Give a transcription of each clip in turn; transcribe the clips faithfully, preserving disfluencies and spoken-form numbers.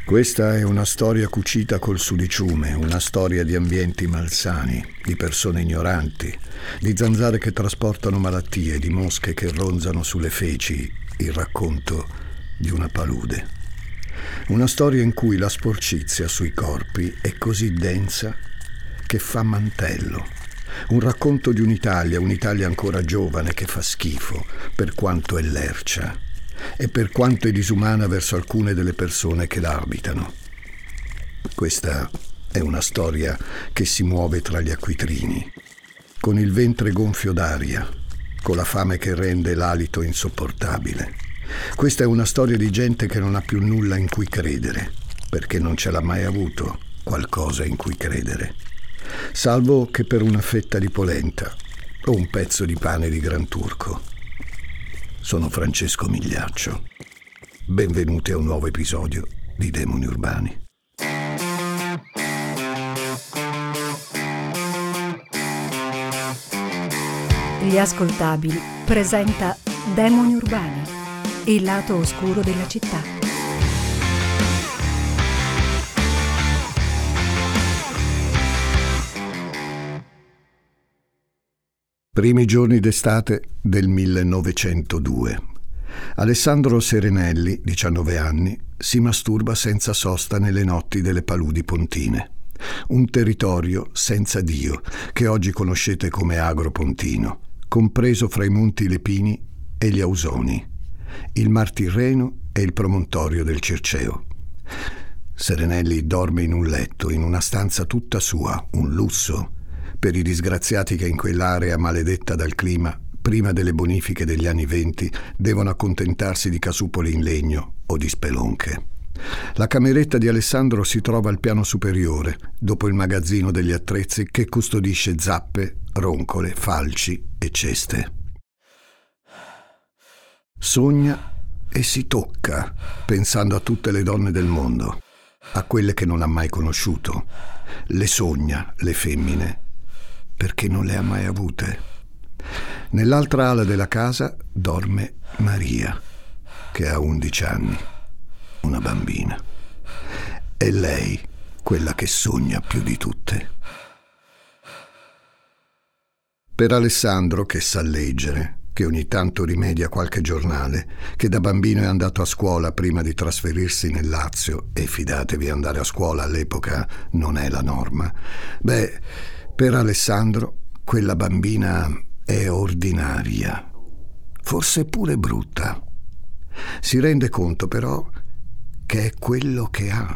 Questa è una storia cucita col sudiciume, una storia di ambienti malsani, di persone ignoranti, di zanzare che trasportano malattie, di mosche che ronzano sulle feci, il racconto di una palude. Una storia in cui la sporcizia sui corpi è così densa che fa mantello. Un racconto di un'Italia, un'Italia ancora giovane che fa schifo per quanto è lercia e per quanto è disumana verso alcune delle persone che la abitano. Questa è una storia che si muove tra gli acquitrini, con il ventre gonfio d'aria, con la fame che rende l'alito insopportabile. Questa è una storia di gente che non ha più nulla in cui credere, perché non ce l'ha mai avuto qualcosa in cui credere, salvo che per una fetta di polenta o un pezzo di pane di Gran Turco. Sono Francesco Migliaccio. Benvenuti a un nuovo episodio di Demoni Urbani. Gli Ascoltabili presenta Demoni Urbani, il lato oscuro della città. Primi giorni d'estate del millenovecentodue. Alessandro Serenelli, diciannove anni, si masturba senza sosta nelle notti delle paludi pontine. Un territorio senza Dio, che oggi conoscete come Agropontino, compreso fra i Monti Lepini e gli Ausoni, il Mar Tirreno e il promontorio del Circeo. Serenelli dorme in un letto, in una stanza tutta sua, un lusso per i disgraziati che in quell'area maledetta dal clima, prima delle bonifiche degli anni venti, devono accontentarsi di casupoli in legno o di spelonche. La cameretta di Alessandro si trova al piano superiore, dopo il magazzino degli attrezzi che custodisce zappe, roncole, falci e ceste. Sogna e si tocca, pensando a tutte le donne del mondo, a quelle che non ha mai conosciuto. Le sogna, le femmine, perché non le ha mai avute. Nell'altra ala della casa dorme Maria, che ha undici anni, una bambina. È lei quella che sogna più di tutte. Per Alessandro, che sa leggere, che ogni tanto rimedia qualche giornale, che da bambino è andato a scuola prima di trasferirsi nel Lazio, e fidatevi, andare a scuola all'epoca non è la norma, beh, per Alessandro quella bambina è ordinaria, forse pure brutta. Si rende conto però che è quello che ha.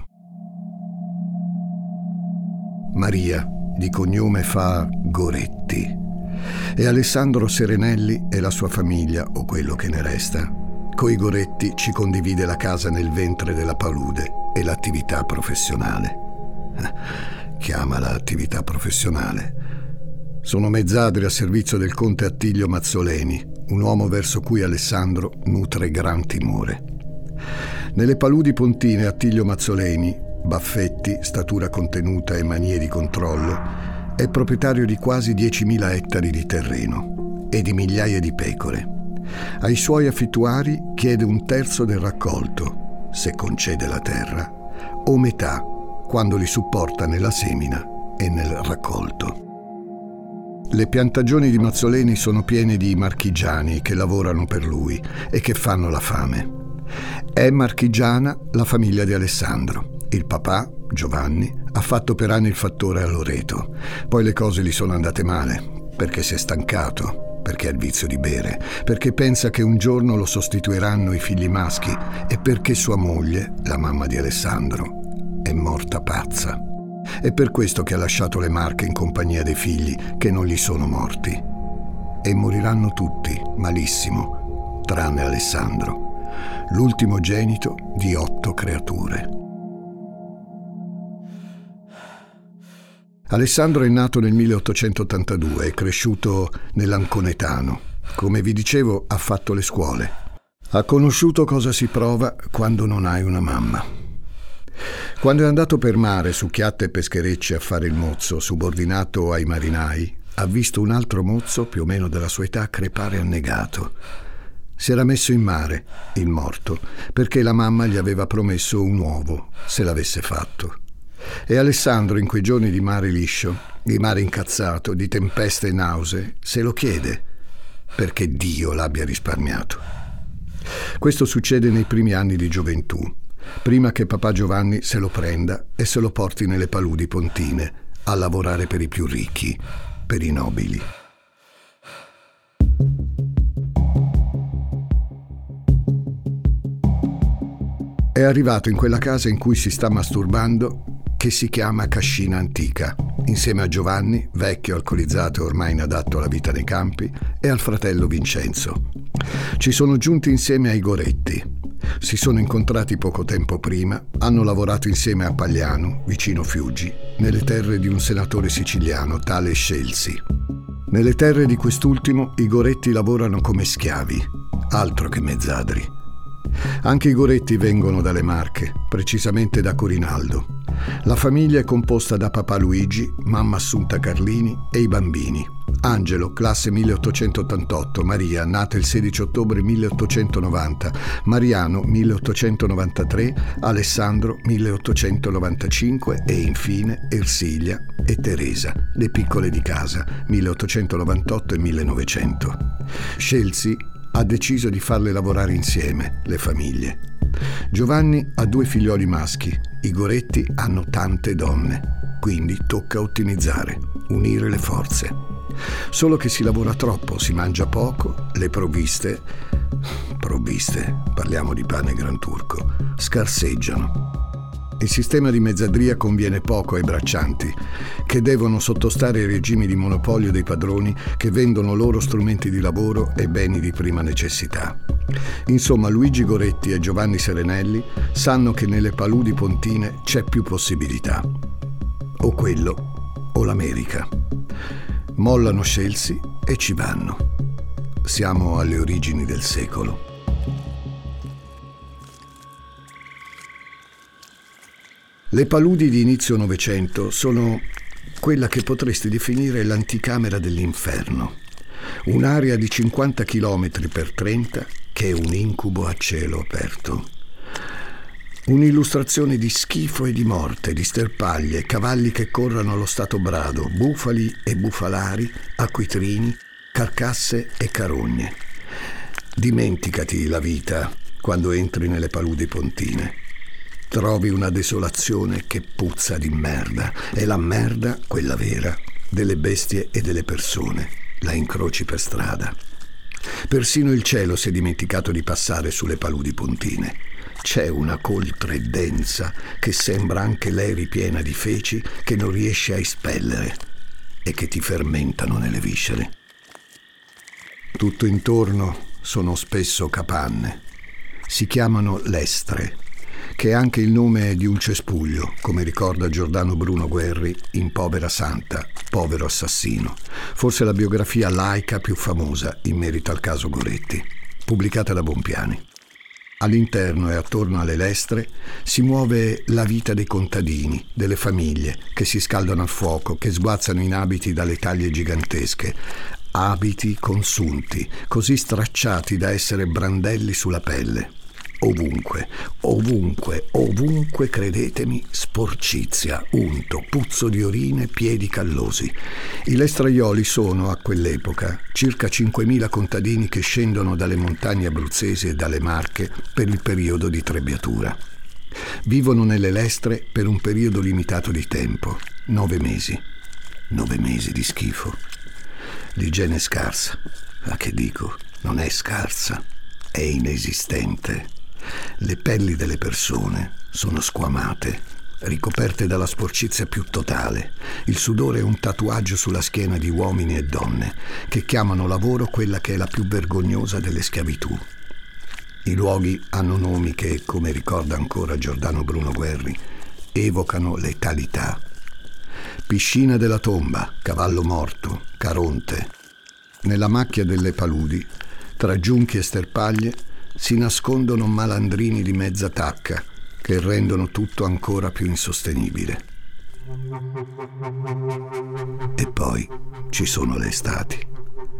Maria, di cognome, fa Goretti, e Alessandro Serenelli e la sua famiglia, o quello che ne resta, coi Goretti ci condivide la casa nel ventre della palude e l'attività professionale. Chiamala attività professionale. Sono mezzadri a servizio del conte Attilio Mazzoleni, un uomo verso cui Alessandro nutre gran timore. Nelle paludi pontine Attilio Mazzoleni, baffetti, statura contenuta e manie di controllo, è proprietario di quasi diecimila ettari di terreno e di migliaia di pecore. Ai suoi affittuari chiede un terzo del raccolto, se concede la terra, o metà quando li supporta nella semina e nel raccolto. Le piantagioni di Mazzoleni sono piene di marchigiani che lavorano per lui e che fanno la fame. È marchigiana la famiglia di Alessandro. Il papà, Giovanni, ha fatto per anni il fattore a Loreto. Poi le cose gli sono andate male, perché si è stancato, perché ha il vizio di bere, perché pensa che un giorno lo sostituiranno i figli maschi e perché sua moglie, la mamma di Alessandro, è morta pazza. È per questo che ha lasciato le Marche in compagnia dei figli, che non gli sono morti. E moriranno tutti, malissimo, tranne Alessandro, l'ultimogenito di otto creature. Alessandro è nato nel milleottocentottantadue, è cresciuto nell'Anconetano. Come vi dicevo, ha fatto le scuole. Ha conosciuto cosa si prova quando non hai una mamma. Quando è andato per mare su chiatte e pescherecci a fare il mozzo, subordinato ai marinai, ha visto un altro mozzo più o meno della sua età crepare annegato. Si era messo in mare, il morto, perché la mamma gli aveva promesso un uovo, se l'avesse fatto. E Alessandro, in quei giorni di mare liscio, di mare incazzato, di tempeste e nausee, se lo chiede perché Dio l'abbia risparmiato. Questo succede nei primi anni di gioventù, prima che papà Giovanni se lo prenda e se lo porti nelle paludi pontine a lavorare per i più ricchi, per i nobili. È arrivato in quella casa in cui si sta masturbando, che si chiama Cascina Antica, insieme a Giovanni, vecchio alcolizzato e ormai inadatto alla vita nei campi, e al fratello Vincenzo. Ci sono giunti insieme ai Goretti. Si sono incontrati poco tempo prima, hanno lavorato insieme a Pagliano, vicino Fiuggi, nelle terre di un senatore siciliano, tale Scelsi. Nelle terre di quest'ultimo i Goretti lavorano come schiavi, altro che mezzadri. Anche i Goretti vengono dalle Marche, precisamente da Corinaldo. La famiglia è composta da papà Luigi, mamma Assunta Carlini e i bambini. Angelo, classe milleottocentottantotto, Maria, nata il sedici ottobre milleottocentonovanta, Mariano, milleottocentonovantatré, Alessandro, milleottocentonovantacinque e infine Ersilia e Teresa, le piccole di casa, milleottocentonovantotto e millenovecento. Scelsi ha deciso di farle lavorare insieme, le famiglie. Giovanni ha due figlioli maschi, i Goretti hanno tante donne, quindi tocca ottimizzare, unire le forze. Solo che si lavora troppo, si mangia poco, le provviste, provviste, parliamo di pane gran turco, scarseggiano. Il sistema di mezzadria conviene poco ai braccianti, che devono sottostare ai regimi di monopolio dei padroni che vendono loro strumenti di lavoro e beni di prima necessità. Insomma, Luigi Goretti e Giovanni Serenelli sanno che nelle paludi pontine c'è più possibilità. O quello, o l'America. Mollano Scelsi e ci vanno. Siamo alle origini del secolo. Le paludi di inizio Novecento sono quella che potresti definire l'anticamera dell'inferno, un'area di cinquanta chilometri per trenta che è un incubo a cielo aperto. Un'illustrazione di schifo e di morte, di sterpaglie, cavalli che corrono allo stato brado, bufali e bufalari, acquitrini, carcasse e carogne. Dimenticati la vita quando entri nelle paludi pontine. Trovi una desolazione che puzza di merda, e la merda, quella vera, delle bestie e delle persone, la incroci per strada. Persino il cielo si è dimenticato di passare sulle paludi pontine. C'è una coltre densa che sembra anche lei ripiena di feci che non riesce a espellere e che ti fermentano nelle viscere. Tutto intorno sono spesso capanne. Si chiamano lestre, che è anche il nome di un cespuglio, come ricorda Giordano Bruno Guerri in Povera Santa, povero assassino, forse la biografia laica più famosa in merito al caso Goretti, pubblicata da Bompiani. All'interno e attorno alle lestre si muove la vita dei contadini, delle famiglie che si scaldano al fuoco, che sguazzano in abiti dalle taglie gigantesche, abiti consunti, così stracciati da essere brandelli sulla pelle. Ovunque, ovunque, ovunque, credetemi, sporcizia, unto, puzzo di orine, piedi callosi. I lestraioli sono, a quell'epoca, circa cinquemila contadini che scendono dalle montagne abruzzesi e dalle Marche per il periodo di trebbiatura. Vivono nelle lestre per un periodo limitato di tempo, nove mesi. Nove mesi di schifo. L'igiene è scarsa. Ma che dico, non è scarsa, è inesistente. Le pelli delle persone sono squamate, ricoperte dalla sporcizia più totale. Il sudore è un tatuaggio sulla schiena di uomini e donne che chiamano lavoro quella che è la più vergognosa delle schiavitù. I luoghi hanno nomi che, come ricorda ancora Giordano Bruno Guerri, evocano letalità. Piscina della tomba, cavallo morto, Caronte. Nella macchia delle paludi, tra giunchi e sterpaglie, si nascondono malandrini di mezza tacca che rendono tutto ancora più insostenibile. E poi ci sono le estati.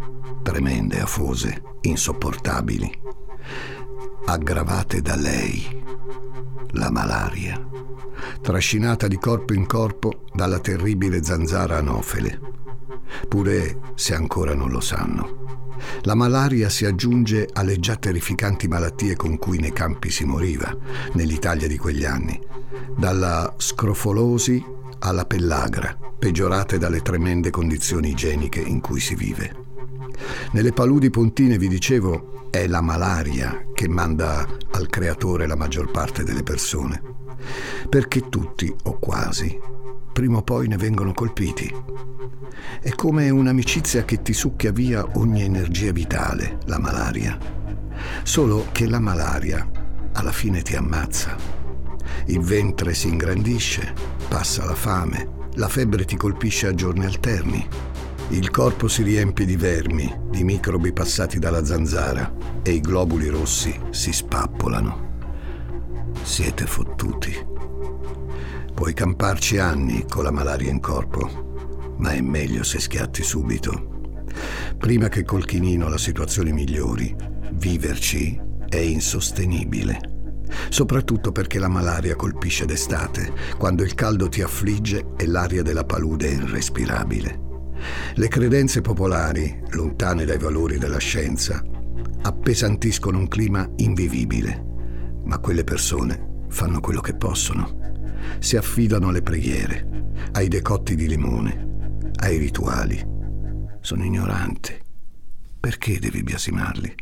tremende, afose, insopportabili, aggravate da lei, la malaria, trascinata di corpo in corpo dalla terribile zanzara anofele. Pure se ancora non lo sanno, la malaria si aggiunge alle già terrificanti malattie con cui nei campi si moriva, nell'Italia di quegli anni, dalla scrofolosi alla pellagra, peggiorate dalle tremende condizioni igieniche in cui si vive. Nelle paludi pontine, vi dicevo, è la malaria che manda al creatore la maggior parte delle persone, perché tutti, o quasi, prima o poi ne vengono colpiti. È come un'amicizia che ti succhia via ogni energia vitale, la malaria. Solo che la malaria alla fine ti ammazza. Il ventre si ingrandisce, passa la fame, la febbre ti colpisce a giorni alterni. Il corpo si riempie di vermi, di microbi passati dalla zanzara e i globuli rossi si spappolano. Siete fottuti. Puoi camparci anni con la malaria in corpo, ma è meglio se schiatti subito. Prima che col chinino la situazione migliori, viverci è insostenibile. Soprattutto perché la malaria colpisce d'estate, quando il caldo ti affligge e l'aria della palude è irrespirabile. Le credenze popolari, lontane dai valori della scienza, appesantiscono un clima invivibile, ma quelle persone fanno quello che possono. Si affidano alle preghiere, ai decotti di limone, ai rituali. Sono ignoranti. Perché devi biasimarli?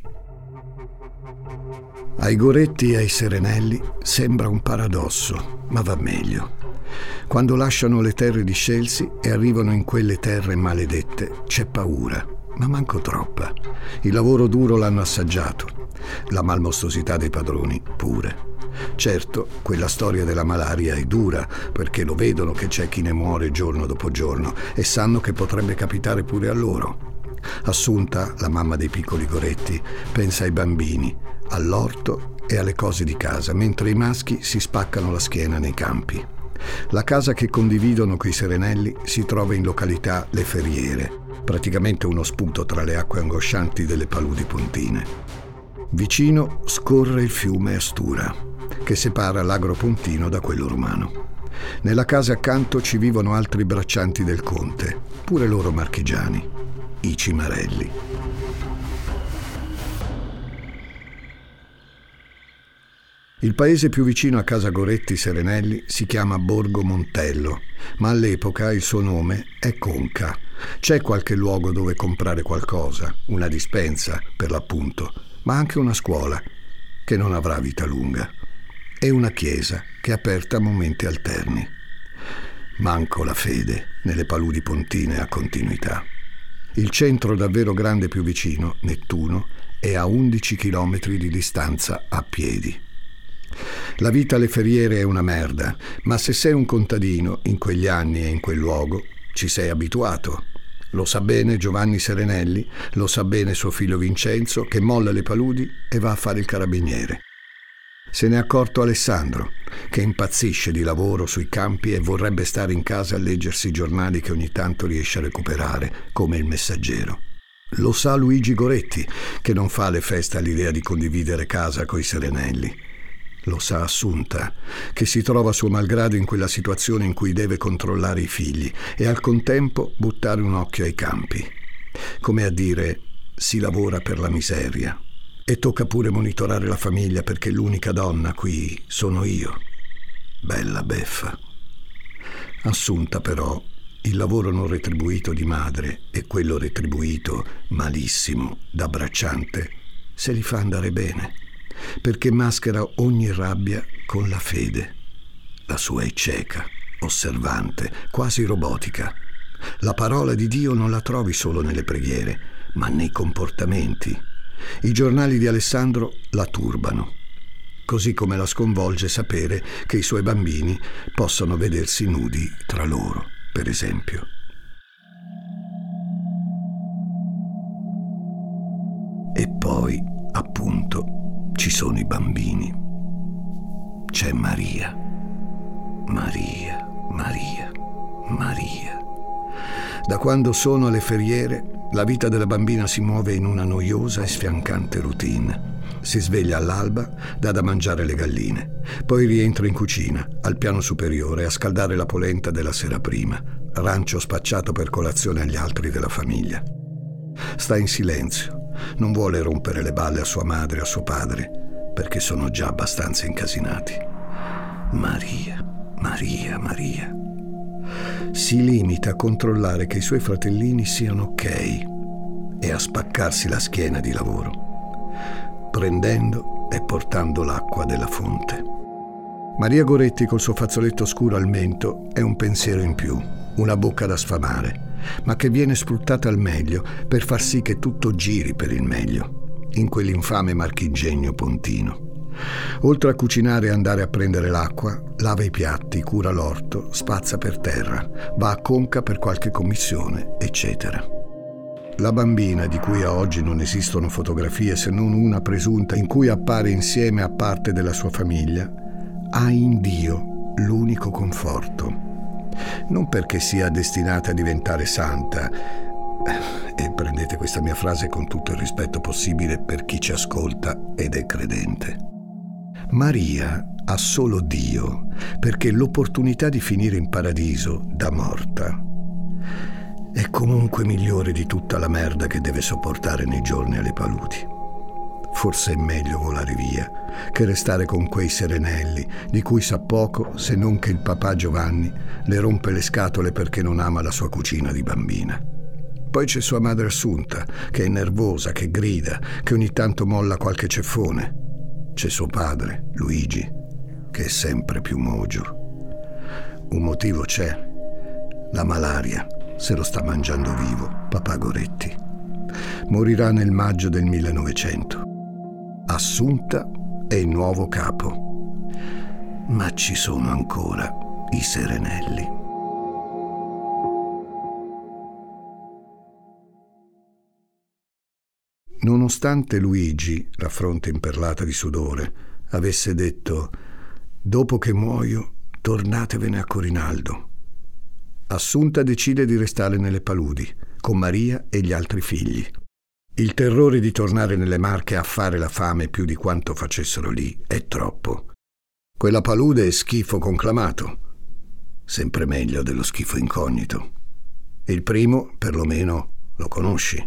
Ai Goretti e ai Serenelli sembra un paradosso, ma va meglio. Quando lasciano le terre di Scelsi e arrivano in quelle terre maledette, c'è paura, ma manco troppa. Il lavoro duro l'hanno assaggiato, la malmostosità dei padroni pure. Certo, quella storia della malaria è dura, perché lo vedono che c'è chi ne muore giorno dopo giorno e sanno che potrebbe capitare pure a loro. Assunta, la mamma dei piccoli Goretti, pensa ai bambini, all'orto e alle cose di casa, mentre i maschi si spaccano la schiena nei campi. La casa che condividono coi Serenelli si trova in località Le Ferriere, praticamente uno sputo tra le acque angoscianti delle paludi pontine. Vicino scorre il fiume Astura, che separa l'agro pontino da quello romano. Nella casa accanto ci vivono altri braccianti del conte, pure loro marchigiani, i Cimarelli. Il paese più vicino a casa Goretti Serenelli si chiama Borgo Montello, ma all'epoca il suo nome è Conca. C'è qualche luogo dove comprare qualcosa, una dispensa per l'appunto, ma anche una scuola che non avrà vita lunga e una chiesa che è aperta a momenti alterni. Manco la fede nelle paludi pontine ha continuità. Il centro davvero grande più vicino, Nettuno, è a undici chilometri di distanza a piedi. La vita alle Ferriere è una merda, ma se sei un contadino in quegli anni e in quel luogo, ci sei abituato. Lo sa bene Giovanni Serenelli, lo sa bene suo figlio Vincenzo, che molla le paludi e va a fare il carabiniere. Se n'è accorto Alessandro, che impazzisce di lavoro sui campi e vorrebbe stare in casa a leggersi i giornali che ogni tanto riesce a recuperare, come Il Messaggero. Lo sa Luigi Goretti, che non fa le feste all'idea di condividere casa coi Serenelli. Lo sa Assunta, che si trova a suo malgrado in quella situazione in cui deve controllare i figli e al contempo buttare un occhio ai campi. Come a dire, si lavora per la miseria. E tocca pure monitorare la famiglia perché l'unica donna qui sono io. Bella beffa. Assunta però, il lavoro non retribuito di madre e quello retribuito, malissimo, da bracciante, se li fa andare bene. Perché maschera ogni rabbia con la fede. La sua è cieca, osservante, quasi robotica. La parola di Dio non la trovi solo nelle preghiere, ma nei comportamenti. I giornali di Alessandro la turbano, così come la sconvolge sapere che i suoi bambini possono vedersi nudi tra loro, per esempio. E poi, appunto, ci sono i bambini. C'è Maria. Maria, Maria, Maria. Da quando sono alle Ferriere La vita della bambina si muove in una noiosa e sfiancante routine. Si sveglia all'alba, dà da mangiare le galline, poi rientra in cucina, al piano superiore, a scaldare la polenta della sera prima, rancio spacciato per colazione agli altri della famiglia. Sta in silenzio, non vuole rompere le balle a sua madre e a suo padre, perché sono già abbastanza incasinati. Maria, Maria, Maria. Si limita a controllare che i suoi fratellini siano ok e a spaccarsi la schiena di lavoro, prendendo e portando l'acqua della fonte. Maria Goretti col suo fazzoletto scuro al mento è un pensiero in più, una bocca da sfamare, ma che viene sfruttata al meglio per far sì che tutto giri per il meglio, in quell'infame marchingegno pontino. Oltre a cucinare e andare a prendere l'acqua, lava i piatti, cura l'orto, spazza per terra, va a Conca per qualche commissione, eccetera. La bambina, di cui a oggi non esistono fotografie se non una presunta in cui appare insieme a parte della sua famiglia, ha in Dio l'unico conforto. Non perché sia destinata a diventare santa, e prendete questa mia frase con tutto il rispetto possibile per chi ci ascolta ed è credente. Maria ha solo Dio perché l'opportunità di finire in paradiso da morta è comunque migliore di tutta la merda che deve sopportare nei giorni alle paludi. Forse è meglio volare via che restare con quei serenelli di cui sa poco se non che il papà Giovanni le rompe le scatole perché non ama la sua cucina di bambina. Poi c'è sua madre Assunta, che è nervosa, che grida, che ogni tanto molla qualche ceffone. C'è suo padre, Luigi, che è sempre più mogio. Un motivo c'è. La malaria se lo sta mangiando vivo, papà Goretti. Morirà nel maggio del millenovecento. Assunta è il nuovo capo. Ma ci sono ancora i serenelli. Nonostante Luigi, la fronte imperlata di sudore, avesse detto «Dopo che muoio, tornatevene a Corinaldo», Assunta decide di restare nelle paludi, con Maria e gli altri figli. Il terrore di tornare nelle Marche a fare la fame più di quanto facessero lì è troppo. Quella palude è schifo conclamato, sempre meglio dello schifo incognito. Il primo, perlomeno, lo conosci.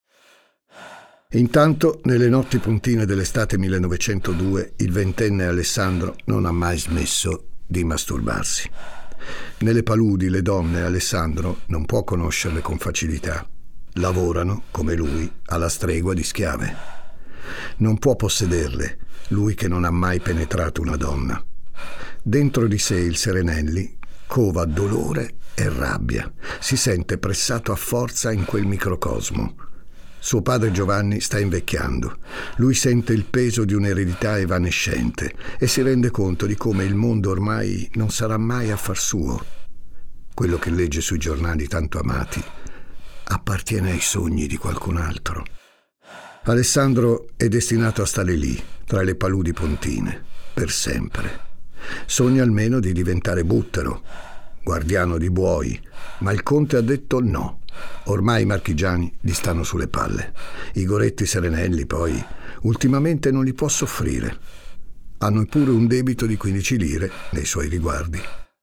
Intanto, nelle notti puntine dell'estate millenovecentodue, il ventenne Alessandro non ha mai smesso di masturbarsi. Nelle paludi le donne Alessandro non può conoscerle con facilità. Lavorano, come lui, alla stregua di schiave. Non può possederle, lui che non ha mai penetrato una donna. Dentro di sé il Serenelli cova dolore e rabbia. Si sente pressato a forza in quel microcosmo. Suo padre Giovanni sta invecchiando. Lui sente il peso di un'eredità evanescente e si rende conto di come il mondo ormai non sarà mai affar suo. Quello che legge sui giornali tanto amati appartiene ai sogni di qualcun altro. Alessandro è destinato a stare lì, tra le paludi pontine, per sempre. Sogna almeno di diventare buttero, guardiano di buoi, ma il conte ha detto no. Ormai i marchigiani gli stanno sulle palle. I Goretti Serenelli, poi, ultimamente non li può soffrire. Hanno pure un debito di quindici lire nei suoi riguardi.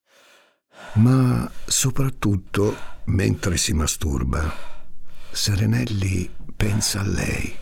Ma soprattutto, mentre si masturba, Serenelli pensa a lei.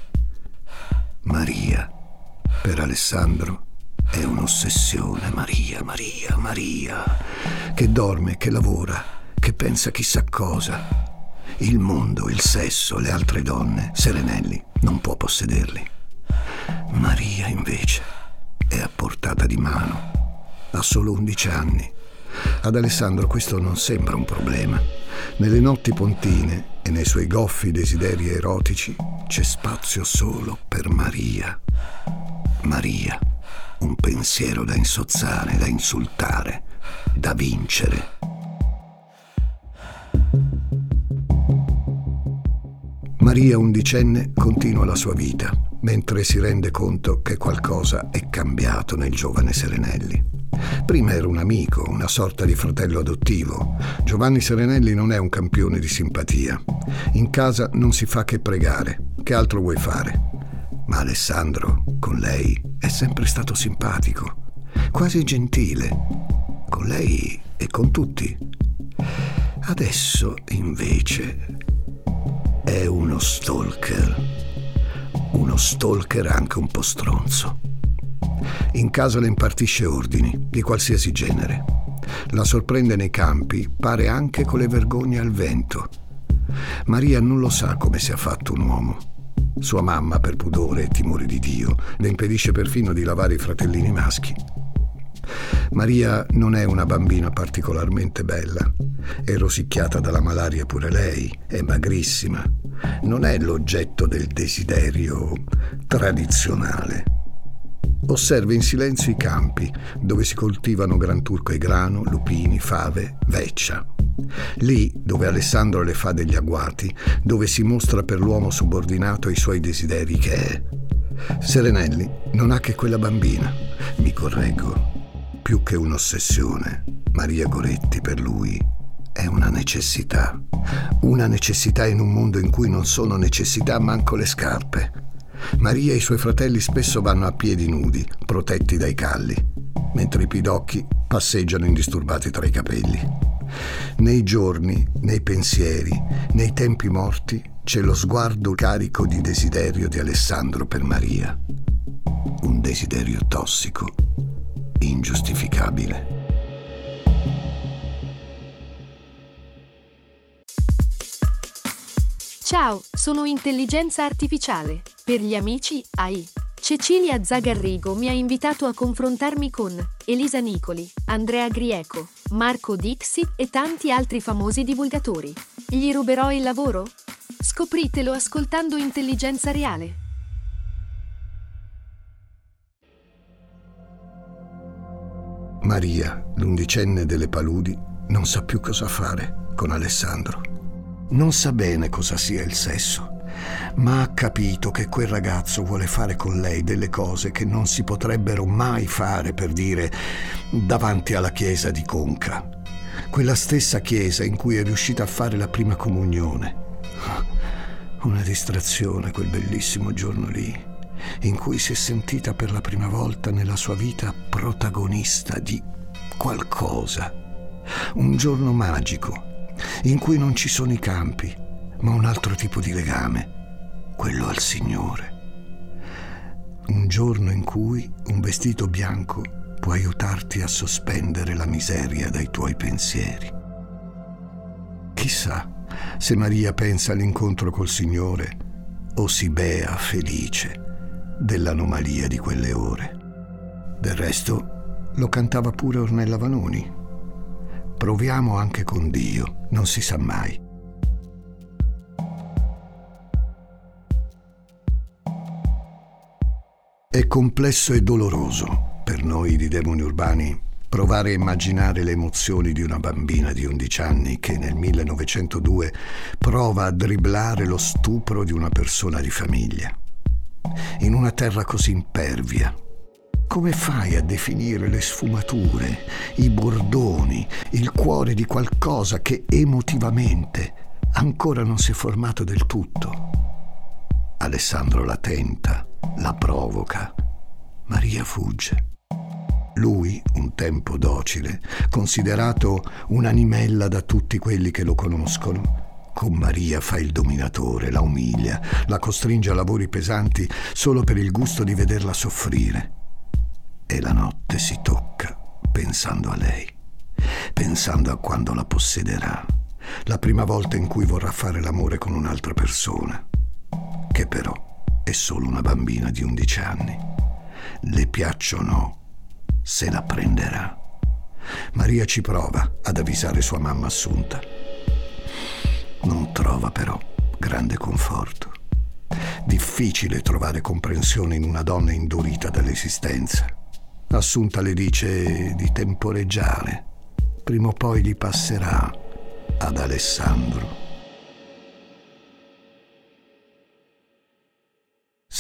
Maria, per Alessandro, è un'ossessione. Maria, Maria, Maria, che dorme, che lavora, che pensa chissà cosa. Il mondo, il sesso, le altre donne, Serenelli non può possederli. Maria, invece, è a portata di mano. Ha solo undici anni. Ad Alessandro questo non sembra un problema. Nelle notti pontine e nei suoi goffi desideri erotici c'è spazio solo per Maria. Maria, un pensiero da insozzare, da insultare, da vincere. Maria, undicenne, continua la sua vita. mentre si rende conto che qualcosa è cambiato nel giovane Serenelli. Prima era un amico, una sorta di fratello adottivo. Giovanni Serenelli non è un campione di simpatia. In casa non si fa che pregare. Che altro vuoi fare? Ma Alessandro, con lei, è sempre stato simpatico, quasi gentile, con lei e con tutti. Adesso, invece, è uno stalker. Uno stalker anche un po' stronzo. In casa le impartisce ordini, di qualsiasi genere. La sorprende nei campi, pare anche con le vergogne al vento. Maria non lo sa come sia fatto un uomo. Sua mamma, per pudore e timore di Dio, le impedisce perfino di lavare i fratellini maschi. Maria non è una bambina particolarmente bella. È rosicchiata dalla malaria pure lei, è magrissima. Non è l'oggetto del desiderio tradizionale. Osserva in silenzio i campi, dove si coltivano granturco e grano, lupini, fave, veccia. Lì, dove Alessandro le fa degli agguati, dove si mostra per l'uomo subordinato ai suoi desideri che è. Serenelli non ha che quella bambina. Mi correggo. Più che un'ossessione, Maria Goretti per lui è una necessità. Una necessità in un mondo in cui non sono necessità manco le scarpe. Maria e i suoi fratelli spesso vanno a piedi nudi, protetti dai calli, mentre i pidocchi passeggiano indisturbati tra i capelli. Nei giorni, nei pensieri, nei tempi morti c'è lo sguardo carico di desiderio di Alessandro per Maria. Un desiderio tossico, ingiustificabile. Ciao, sono intelligenza artificiale. Per gli amici A I. Cecilia Zagarrigo mi ha invitato a confrontarmi con Elisa Nicoli, Andrea Grieco, Marco Dixit e tanti altri famosi divulgatori. Gli ruberò il lavoro? Scopritelo ascoltando Intelligenza Reale. Maria, l'undicenne delle paludi, non sa più cosa fare con Alessandro. Non sa bene cosa sia il sesso, ma ha capito che quel ragazzo vuole fare con lei delle cose che non si potrebbero mai fare, per dire, davanti alla chiesa di Conca. Quella stessa chiesa in cui è riuscita a fare la prima comunione. Una distrazione quel bellissimo giorno lì, in cui si è sentita per la prima volta nella sua vita protagonista di qualcosa. Un giorno magico, in cui non ci sono i campi, ma un altro tipo di legame, quello al Signore. Un giorno in cui un vestito bianco può aiutarti a sospendere la miseria dai tuoi pensieri. Chissà se Maria pensa all'incontro col Signore o si bea felice dell'anomalia di quelle ore. Del resto lo cantava pure Ornella Vanoni. Proviamo anche con Dio, non si sa mai. È complesso e doloroso per noi di Demoni Urbani provare a immaginare le emozioni di una bambina di undici anni che nel millenovecentodue prova a dribblare lo stupro di una persona di famiglia. In una terra così impervia, come fai a definire le sfumature, i bordoni, il cuore di qualcosa che emotivamente ancora non si è formato del tutto? Alessandro la tenta, la provoca. Maria fugge. Lui, un tempo docile, considerato un'animella da tutti quelli che lo conoscono, con Maria fa il dominatore, la umilia, la costringe a lavori pesanti solo per il gusto di vederla soffrire. E la notte si tocca pensando a lei, pensando a quando la possederà, la prima volta in cui vorrà fare l'amore con un'altra persona, che però è solo una bambina di undici anni. Le piaccia o no, se la prenderà. Maria ci prova ad avvisare sua mamma Assunta. Non trova però grande conforto. Difficile trovare comprensione in una donna indurita dall'esistenza. Assunta le dice di temporeggiare. Prima o poi gli passerà ad Alessandro.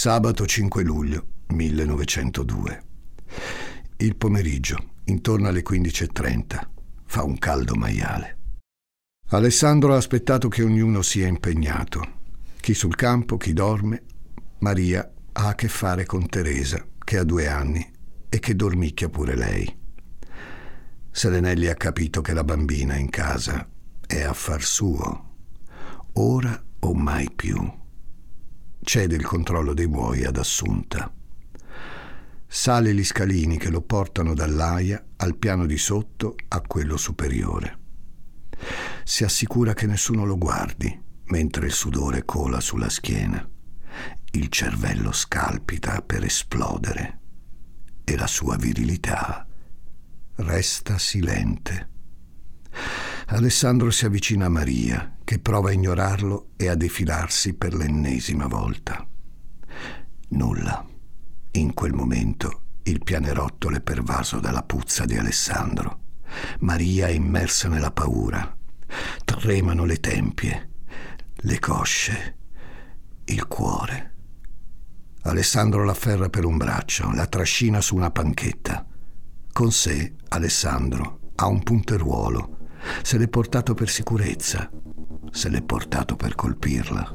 Sabato cinque luglio millenovecentodue. Il pomeriggio, intorno alle quindici e trenta, fa un caldo maiale. Alessandro ha aspettato che ognuno sia impegnato. Chi sul campo, chi dorme. Maria ha a che fare con Teresa, che ha due anni e che dormicchia pure lei. Serenelli ha capito che la bambina in casa è affar suo, ora o mai più. Cede il controllo dei buoi ad Assunta. Sale gli scalini che lo portano dall'aia al piano di sotto a quello superiore. Si assicura che nessuno lo guardi mentre il sudore cola sulla schiena. Il cervello scalpita per esplodere e la sua virilità resta silente. Alessandro si avvicina a Maria, che prova a ignorarlo e a defilarsi per l'ennesima volta. Nulla. In quel momento il pianerottolo è pervaso dalla puzza di Alessandro. Maria è immersa nella paura. Tremano le tempie, le cosce, il cuore. Alessandro l'afferra per un braccio, la trascina su una panchetta. Con sé Alessandro ha un punteruolo. Se l'è portato per sicurezza, se l'è portato per colpirla.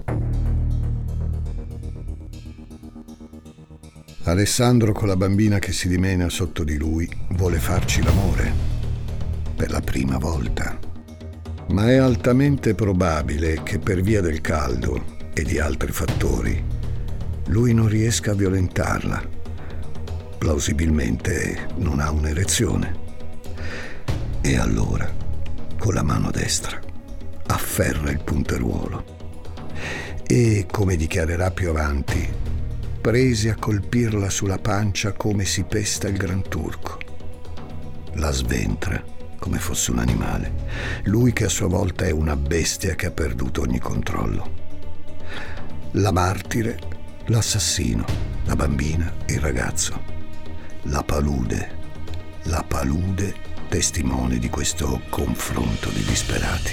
Alessandro, con la bambina che si dimena sotto di lui, vuole farci l'amore per la prima volta. Ma è altamente probabile che per via del caldo e di altri fattori lui non riesca a violentarla. Plausibilmente non ha un'erezione. E allora, con la mano destra, afferra il punteruolo e, come dichiarerà più avanti, prese a colpirla sulla pancia come si pesta il Gran Turco. La sventra come fosse un animale, lui che a sua volta è una bestia che ha perduto ogni controllo. La martire, l'assassino, la bambina, il ragazzo. La palude, la palude testimone di questo confronto di disperati.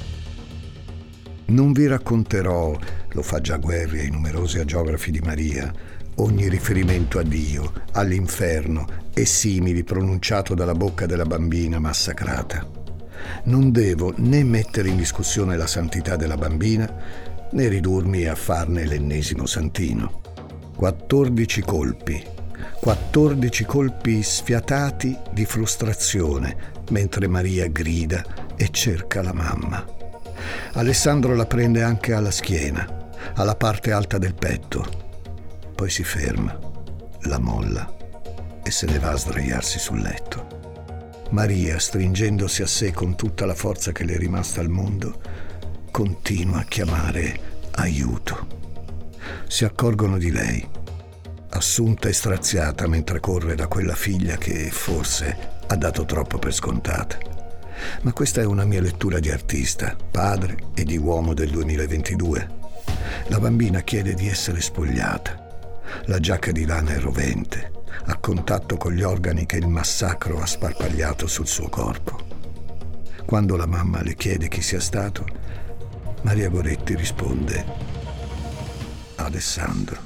Non vi racconterò, lo fa già Guerri e i numerosi agiografi di Maria, ogni riferimento a Dio, all'inferno e simili pronunciato dalla bocca della bambina massacrata. Non devo né mettere in discussione la santità della bambina, né ridurmi a farne l'ennesimo santino. Quattordici colpi, quattordici colpi sfiatati di frustrazione, mentre Maria grida e cerca la mamma. Alessandro la prende anche alla schiena, alla parte alta del petto. Poi si ferma, la molla e se ne va a sdraiarsi sul letto. Maria, stringendosi a sé con tutta la forza che le è rimasta al mondo, continua a chiamare aiuto. Si accorgono di lei. Assunta e straziata mentre corre da quella figlia che forse ha dato troppo per scontata. Ma questa è una mia lettura di artista, padre e di uomo del duemilaventidue. La bambina chiede di essere spogliata. La giacca di lana è rovente, a contatto con gli organi che il massacro ha sparpagliato sul suo corpo. Quando la mamma le chiede chi sia stato, Maria Goretti risponde: Alessandro.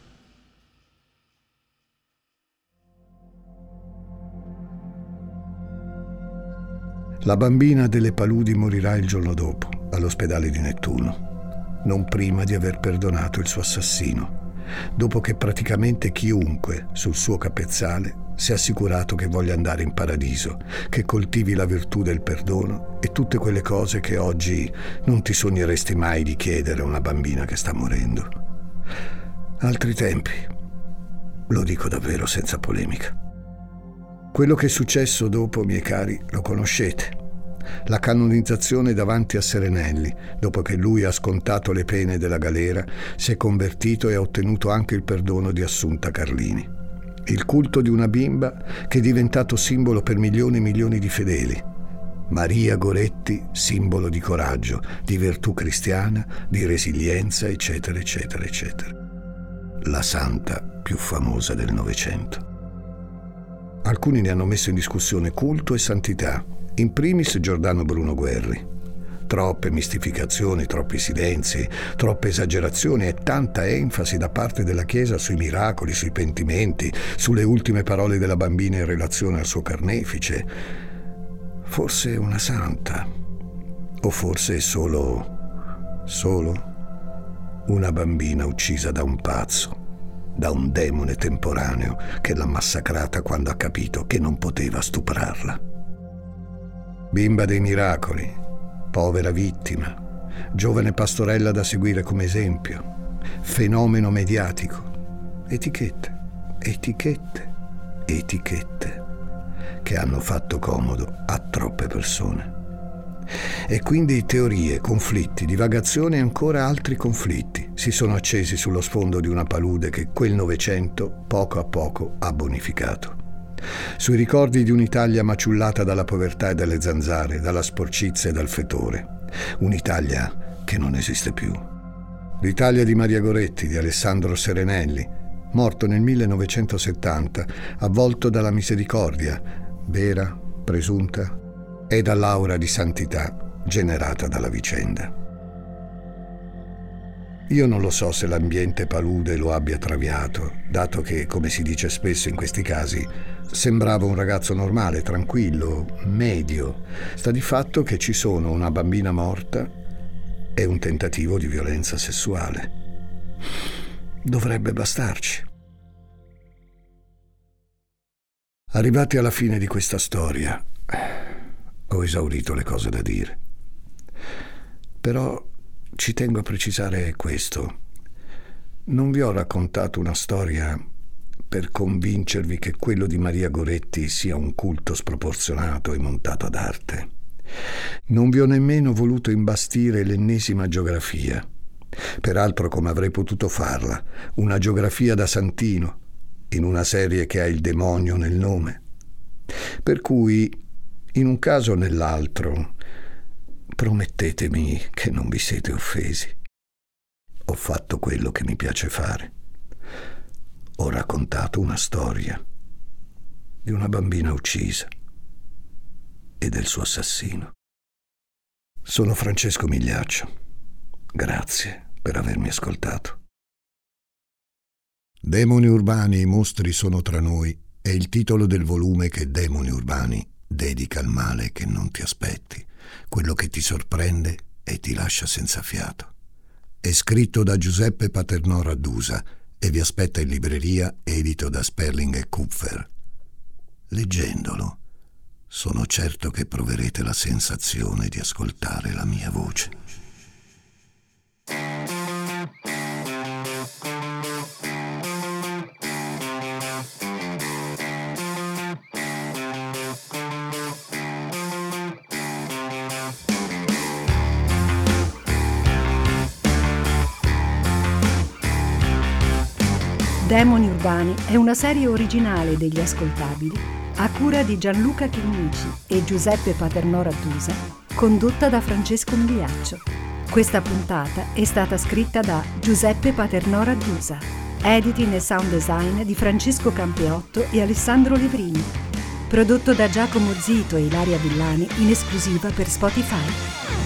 La bambina delle paludi morirà il giorno dopo, all'ospedale di Nettuno, non prima di aver perdonato il suo assassino, dopo che praticamente chiunque sul suo capezzale si è assicurato che voglia andare in paradiso, che coltivi la virtù del perdono e tutte quelle cose che oggi non ti sogneresti mai di chiedere a una bambina che sta morendo. Altri tempi, lo dico davvero senza polemica. Quello che è successo dopo, miei cari, lo conoscete. La canonizzazione davanti a Serenelli, dopo che lui ha scontato le pene della galera, si è convertito e ha ottenuto anche il perdono di Assunta Carlini. Il culto di una bimba che è diventato simbolo per milioni e milioni di fedeli. Maria Goretti, simbolo di coraggio, di virtù cristiana, di resilienza, eccetera, eccetera, eccetera. La santa più famosa del Novecento. Alcuni ne hanno messo in discussione culto e santità, in primis Giordano Bruno Guerri. Troppe mistificazioni, troppi silenzi, troppe esagerazioni e tanta enfasi da parte della Chiesa sui miracoli, sui pentimenti, sulle ultime parole della bambina in relazione al suo carnefice. Forse è una santa, o forse è solo, solo una bambina uccisa da un pazzo, da un demone temporaneo che l'ha massacrata quando ha capito che non poteva stuprarla. Bimba dei miracoli, povera vittima, giovane pastorella da seguire come esempio, fenomeno mediatico, etichette, etichette, etichette che hanno fatto comodo a troppe persone. E quindi teorie, conflitti, divagazioni e ancora altri conflitti si sono accesi sullo sfondo di una palude che quel Novecento poco a poco ha bonificato. Sui ricordi di un'Italia maciullata dalla povertà e dalle zanzare, dalla sporcizia e dal fetore. Un'Italia che non esiste più. L'Italia di Maria Goretti, di Alessandro Serenelli, morto nel millenovecentosettanta, avvolto dalla misericordia, vera, presunta, e dall'aura di santità generata dalla vicenda. Io non lo so se l'ambiente palude lo abbia traviato, dato che, come si dice spesso in questi casi, sembrava un ragazzo normale, tranquillo, medio. Sta di fatto che ci sono una bambina morta e un tentativo di violenza sessuale. Dovrebbe bastarci. Arrivati alla fine di questa storia, ho esaurito le cose da dire. Però ci tengo a precisare questo. Non vi ho raccontato una storia per convincervi che quello di Maria Goretti sia un culto sproporzionato e montato ad arte. Non vi ho nemmeno voluto imbastire l'ennesima geografia. Peraltro, come avrei potuto farla, una geografia da santino, in una serie che ha il demonio nel nome. Per cui, in un caso o nell'altro, promettetemi che non vi siete offesi. Ho fatto quello che mi piace fare. Ho raccontato una storia di una bambina uccisa e del suo assassino. Sono Francesco Migliaccio. Grazie per avermi ascoltato. Demoni urbani, i mostri sono tra noi è il titolo del volume che Demoni urbani dedica al male che non ti aspetti, quello che ti sorprende e ti lascia senza fiato. È scritto da Giuseppe Paternò Raddusa e vi aspetta in libreria, edito da Sperling e Kupfer. Leggendolo, sono certo che proverete la sensazione di ascoltare la mia voce. Demoni urbani è una serie originale degli Ascoltabili a cura di Gianluca Chinnici e Giuseppe Paternò Raddusa, condotta da Francesco Migliaccio. Questa puntata è stata scritta da Giuseppe Paternò Raddusa, editing e sound design di Francesco Campeotto e Alessandro Levrini, prodotto da Giacomo Zito e Ilaria Villani in esclusiva per Spotify.